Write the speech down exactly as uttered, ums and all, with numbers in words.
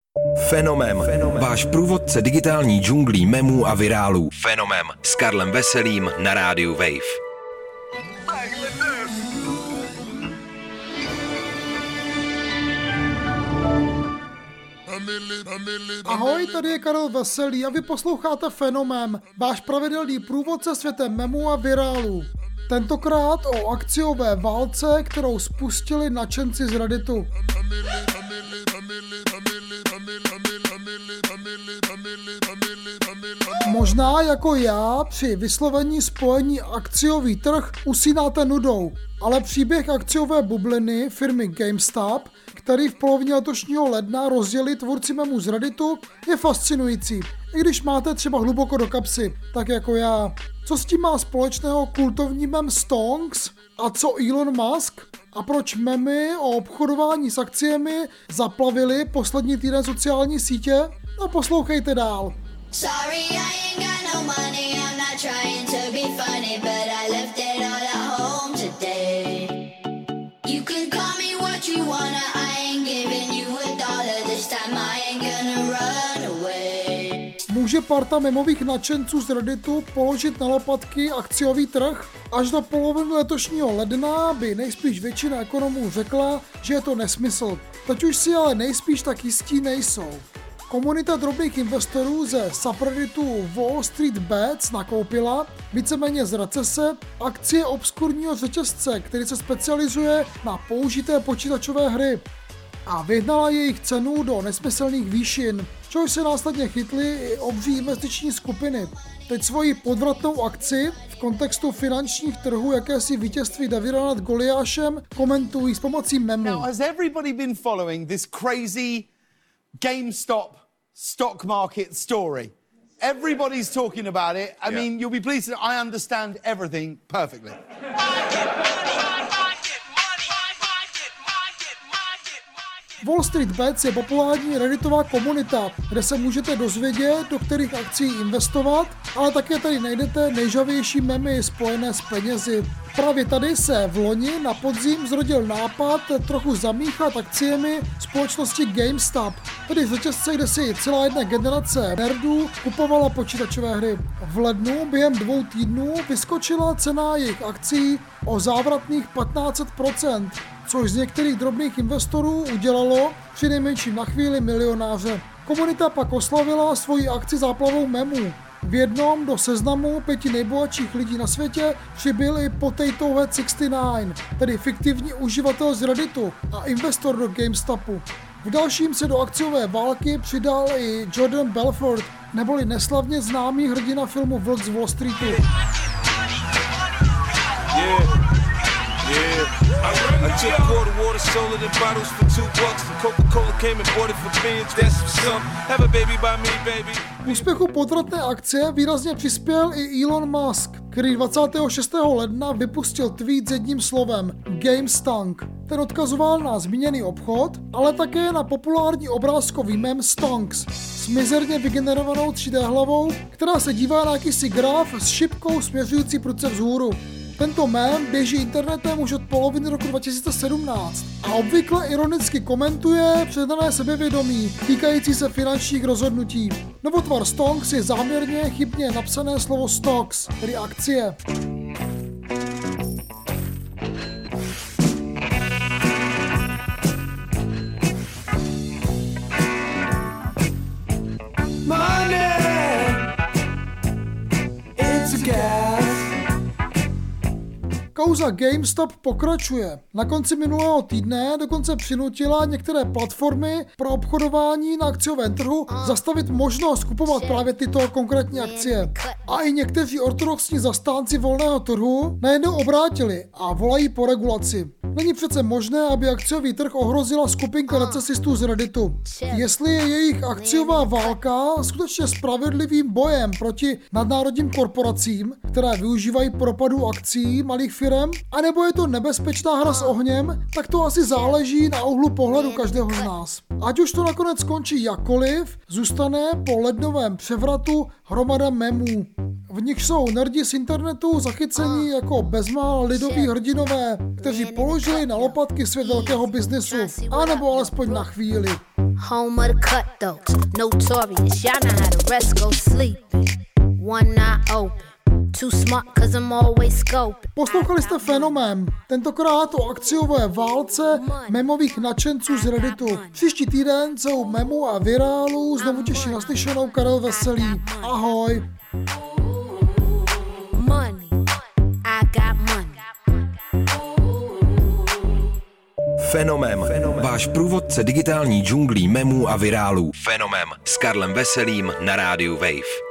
Fenomem. Fenomem. Váš průvodce digitální džunglí memů a virálů. Fenomem. S Karlem Veselým na rádiu Wave. Ahoj, tady je Karel Veselý a vy posloucháte Fenomem, váš pravidelný průvodce světem memů a virálů. Tentokrát o akciové válce, kterou spustili nadšenci z Redditu. Možná jako já při vyslovení spojení akciový trh usínáte nudou, ale příběh akciové bubliny firmy GameStop, který v polovině letošního ledna rozjeli tvůrci memů z Redditu, je fascinující, i když máte třeba hluboko do kapsy, tak jako já. Co s tím má společného kultovní mem Stonks a co Elon Musk? A proč memy o obchodování s akciemi zaplavily poslední týden sociální sítě? No poslouchejte dál. Sorry, I ain't got no money, I'm not trying to be funny, but I left it all at home today. You can call me what you wanna, I ain't giving you a dollar, this time I ain't gonna run away. Může parta memových nadšenců z Redditu položit na lopatky akciový trh? Až do poloviny letošního ledna by nejspíš většina ekonomů řekla, že je to nesmysl. Teď už si ale nejspíš tak jistí nejsou. Komunita drobných investorů ze subredditu Wall Street Bets nakoupila, víceméně z recese, akcie obskurního řetězce, který se specializuje na použité počítačové hry a vyhnala jejich cenu do nesmyslných výšin, čehož se následně chytly i obří investiční skupiny. Teď svoji podvratnou akci v kontextu finančních trhů jakési vítězství Davida nad Goliášem komentují s pomocí memů. Now, has everybody been following this crazy GameStop stock market story? Everybody's talking about it. I yeah. mean, you'll be pleased that I understand everything perfectly. Wall Street Bets je populární redditová komunita, kde se můžete dozvědět, do kterých akcí investovat, ale také tady najdete nejžavější memy spojené s penězi. Právě tady se v loni na podzim zrodil nápad trochu zamíchat akciemi společnosti GameStop, tedy řetězce, kde si celá jedna generace nerdů kupovala počítačové hry. V lednu během dvou týdnů vyskočila cena jejich akcí o závratných patnáct set procent, což z některých drobných investorů udělalo přinejmenším na chvíli milionáře. Komunita pak oslavila svoji akci záplavou memů. V jednom do seznamu pěti nejbohatších lidí na světě přibyl i Potato Head šedesát devět, tedy fiktivní uživatel z Redditu a investor do GameStopu. V dalším se do akciové války přidal i Jordan Belfort, neboli neslavně známý hrdina filmu Vlk z Wall Streetu. Yeah. Yeah. I took quarter water, sold it in bottles for two bucks. And Coca-Cola came and bought it for billions. That's some. Have a baby by me, baby. K úspěchu podvratné akce výrazně přispěl i Elon Musk, který dvacátého šestého ledna vypustil tweet s jedním slovem GameStunk. Ten odkazoval na zmíněný obchod, ale také na populární obrázkový mem Stonks s mizerně vygenerovanou tři dé hlavou, která se dívá na jakýsi graf s šipkou směřující prudce vzhůru. Tento mém běží internetem už od poloviny roku dva tisíce sedmnáct a obvykle ironicky komentuje předané sebevědomí týkající se finančních rozhodnutí. Novotvar Stonks je záměrně chybně napsané slovo stocks, tedy akcie. Kauza GameStop pokračuje. Na konci minulého týdne dokonce přinutila některé platformy pro obchodování na akciovém trhu zastavit možnost kupovat právě tyto konkrétní akcie. A i někteří ortodoxní zastánci volného trhu najednou obrátili a volají po regulaci. Není přece možné, aby akciový trh ohrozila skupinka recesistů z Redditu. Jestli je jejich akciová válka skutečně spravedlivým bojem proti nadnárodním korporacím, které využívají propadu akcií malých firem, anebo je to nebezpečná hra s ohněm, tak to asi záleží na úhlu pohledu každého z nás. Ať už to nakonec skončí jakkoliv, zůstane po lednovém převratu hromada memů. V nich jsou nerdi z internetu zachycení jako bezmála lidoví hrdinové, kteří položili na lopatky svět velkého biznesu, anebo alespoň na chvíli. Home of the cutthroats, notorious. Y'all know how the rest go sleeping. One eye open. Too smart, cause I'm always scoping. Poslouchali jste Fenomén, tentokrát o akciové válce memových nadšenců z Redditu. Příští týden se u memu a virálu znovu těší naslyšenou Karel Veselý. Ahoj. Money, I got money. Fenomén. Váš průvodce digitální džunglí memů a virálů. Fenomén s Karlem Veselým na rádiu Wave.